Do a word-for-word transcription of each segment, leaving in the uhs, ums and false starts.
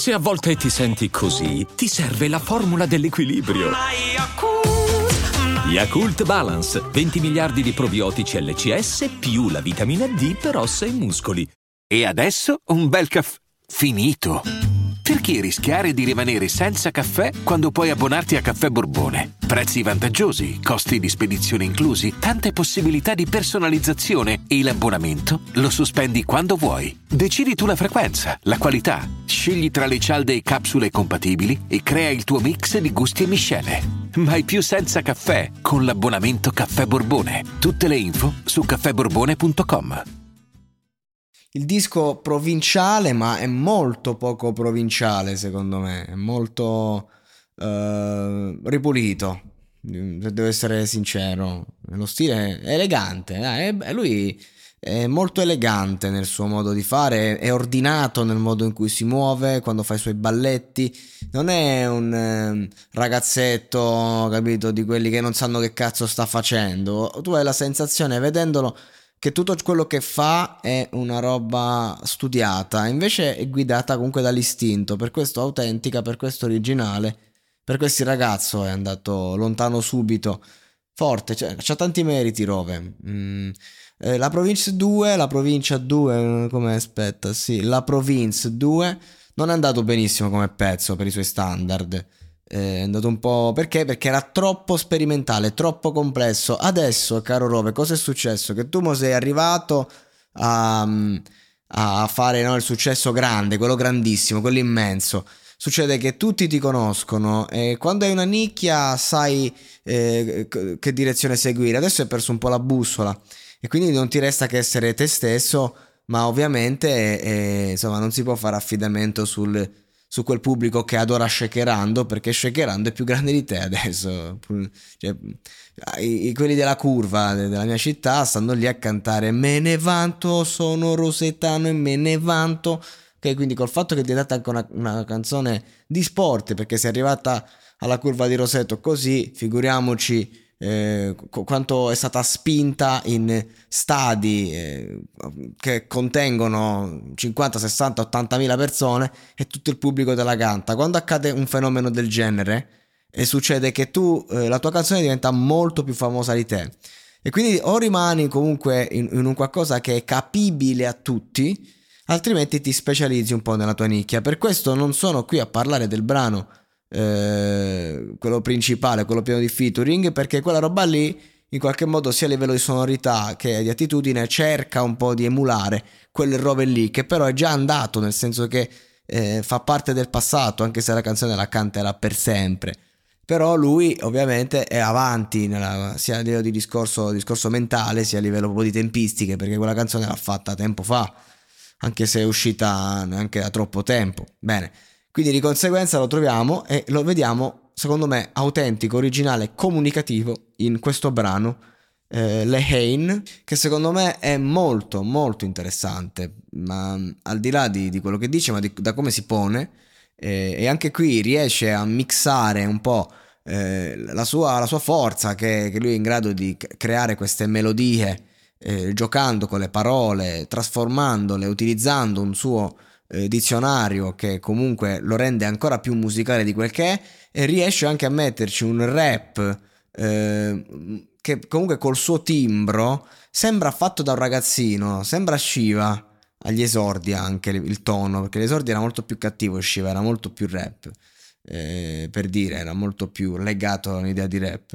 Se a volte ti senti così, ti serve la formula dell'equilibrio. Yakult Balance, venti miliardi di probiotici L C S più la vitamina D per ossa e muscoli. E adesso un bel caffè finito. Perché rischiare di rimanere senza caffè quando puoi abbonarti a Caffè Borbone? Prezzi vantaggiosi, costi di spedizione inclusi, tante possibilità di personalizzazione e l'abbonamento lo sospendi quando vuoi. Decidi tu la frequenza, la qualità, scegli tra le cialde e capsule compatibili e crea il tuo mix di gusti e miscele. Mai più senza caffè con l'abbonamento Caffè Borbone. Tutte le info su caffè borbone punto com. Il disco provinciale, ma è molto poco provinciale secondo me, è molto uh, ripulito, se devo essere sincero. Lo stile è elegante, eh? è, lui è molto elegante nel suo modo di fare, è ordinato nel modo in cui si muove quando fa i suoi balletti, non è un eh, ragazzetto, capito, di quelli che non sanno che cazzo sta facendo. Tu hai la sensazione, vedendolo, che tutto quello che fa è una roba studiata, invece è guidata comunque dall'istinto, per questo autentica, per questo originale, per questo il ragazzo è andato lontano subito, forte, cioè, c'ha tanti meriti Rove. Mm. Eh, la Province due, la Provincia due, come aspetta, sì, la Province due non è andato benissimo come pezzo per i suoi standard. È andato un po', perché? Perché era troppo sperimentale, troppo complesso. Adesso, caro Rove, cosa è successo? Che tu mo sei arrivato a, a fare, no, il successo grande, quello grandissimo, quello immenso. Succede che tutti ti conoscono e quando hai una nicchia sai eh, che direzione seguire. Adesso hai perso un po' la bussola e quindi non ti resta che essere te stesso, ma ovviamente eh, insomma non si può fare affidamento sul su quel pubblico che adora Shakerando, perché Shakerando è più grande di te adesso. Cioè, i, i, quelli della curva della mia città stanno lì a cantare "Me ne vanto, sono rosetano e me ne vanto", okay, quindi col fatto che è diventata anche una, una canzone di sport, perché sei arrivata alla curva di Roseto così, figuriamoci Eh, quanto è stata spinta in stadi eh, che contengono cinquanta, sessanta, ottantamila mila persone e tutto il pubblico te la canta. Quando accade un fenomeno del genere e succede che tu eh, la tua canzone diventa molto più famosa di te e quindi o rimani comunque in, in un qualcosa che è capibile a tutti, altrimenti ti specializzi un po' nella tua nicchia. Per questo non sono qui a parlare del brano Eh, quello principale, quello pieno di featuring, perché quella roba lì in qualche modo sia a livello di sonorità che di attitudine cerca un po' di emulare quel Rove lì, che però è già andato, nel senso che eh, fa parte del passato, anche se la canzone la canterà per sempre. Però lui ovviamente è avanti nella, sia a livello di discorso, discorso mentale, sia a livello proprio di tempistiche, perché quella canzone l'ha fatta tempo fa, anche se è uscita neanche da troppo tempo. Bene, quindi di conseguenza lo troviamo e lo vediamo, secondo me, autentico, originale, comunicativo in questo brano, eh, Le Hein, che secondo me è molto molto interessante, ma al di là di, di quello che dice, ma di, da come si pone, eh, e anche qui riesce a mixare un po' eh, la, sua, la sua forza, che, che lui è in grado di creare queste melodie, eh, giocando con le parole, trasformandole, utilizzando un suo Eh, dizionario che comunque lo rende ancora più musicale di quel che è, e riesce anche a metterci un rap eh, che comunque col suo timbro sembra fatto da un ragazzino, sembra Shiva agli esordi, anche il tono, perché l'esordio era molto più cattivo, Shiva era molto più rap, eh, per dire, era molto più legato a un'idea di rap.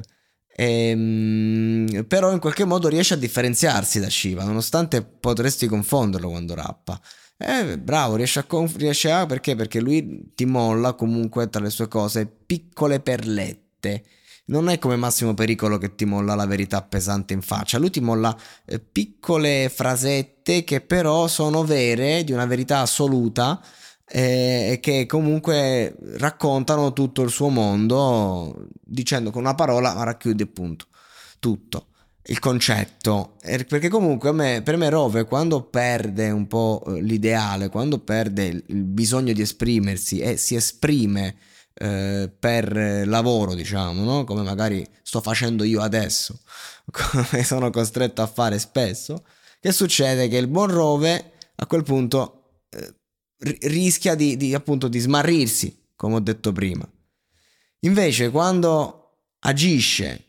E, però in qualche modo riesce a differenziarsi da Shiva, nonostante potresti confonderlo quando rappa. Eh, bravo, riesce a, conf- riesce a perché? Perché lui ti molla comunque tra le sue cose piccole perlette. Non è come Massimo Pericolo che ti molla la verità pesante in faccia. Lui ti molla eh, piccole frasette che però sono vere, di una verità assoluta, e eh, che comunque raccontano tutto il suo mondo, dicendo con una parola, ma racchiude appunto tutto il concetto. Perché comunque a me, per me Rove, quando perde un po' l'ideale, quando perde il, il bisogno di esprimersi e si esprime eh, per lavoro, diciamo, no? Come magari sto facendo io adesso, come sono costretto a fare spesso, che succede? Che il buon Rove a quel punto eh, ri- rischia di, di appunto di smarrirsi, come ho detto prima. Invece quando agisce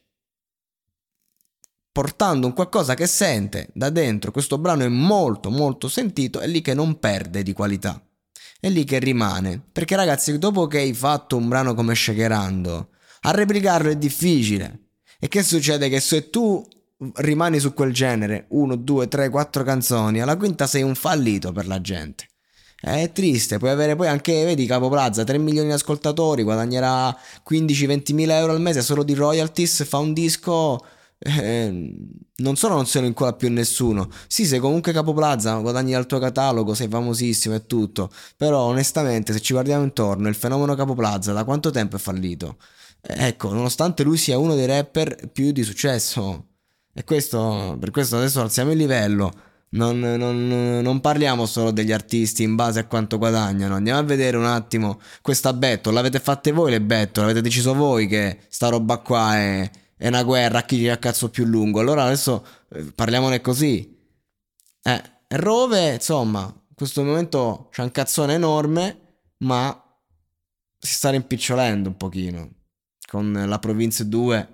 portando un qualcosa che sente da dentro, questo brano è molto molto sentito, è lì che non perde di qualità, è lì che rimane. Perché ragazzi, dopo che hai fatto un brano come Shakerando, a replicarlo è difficile. E che succede? Che se tu rimani su quel genere, uno, due, tre, quattro canzoni, alla quinta sei un fallito per la gente. È triste, puoi avere poi anche, vedi, Capo Plaza, tre milioni di ascoltatori, guadagnerà quindici venti mila euro al mese solo di royalties, fa un disco, eh, non solo non se lo incola più nessuno, sì, sei comunque Capo Plaza, guadagni dal tuo catalogo, sei famosissimo e tutto, però onestamente se ci guardiamo intorno, il fenomeno Capo Plaza da quanto tempo è fallito? Eh, Ecco, nonostante lui sia uno dei rapper più di successo, e questo, per questo adesso alziamo il livello. Non, non- non parliamo solo degli artisti in base a quanto guadagnano. Andiamo a vedere un attimo questa battle. L'avete fatte voi le battle? L'avete deciso voi che sta roba qua è, è una guerra a chi gira il cazzo più lungo? Allora adesso eh, parliamone così. Eh, Rove, insomma, in questo momento c'è un cazzone enorme, ma si sta rimpicciolendo un pochino con la Province due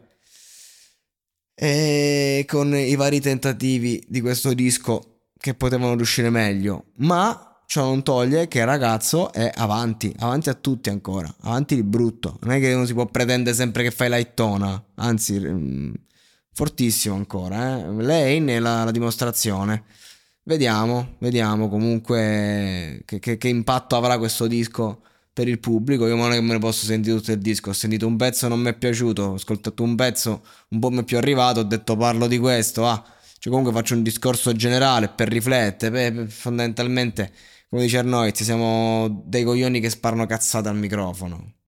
e con i vari tentativi di questo disco che potevano riuscire meglio, ma ciò non toglie che il ragazzo è avanti, avanti a tutti ancora, avanti di brutto. Non è che uno si può pretendere sempre che fai lightona, anzi, mm, fortissimo ancora, eh. Lei ne è la, la dimostrazione. Vediamo, vediamo comunque che, che- che impatto avrà questo disco per il pubblico. Io non è che me ne posso sentire tutto il disco. Ho sentito un pezzo, non mi è piaciuto. Ho ascoltato un pezzo, un po' mi è più arrivato. Ho detto parlo di questo. Ah, cioè comunque faccio un discorso generale per riflettere. Beh, fondamentalmente, come dice Arnoiz, siamo dei coglioni che sparano cazzate al microfono.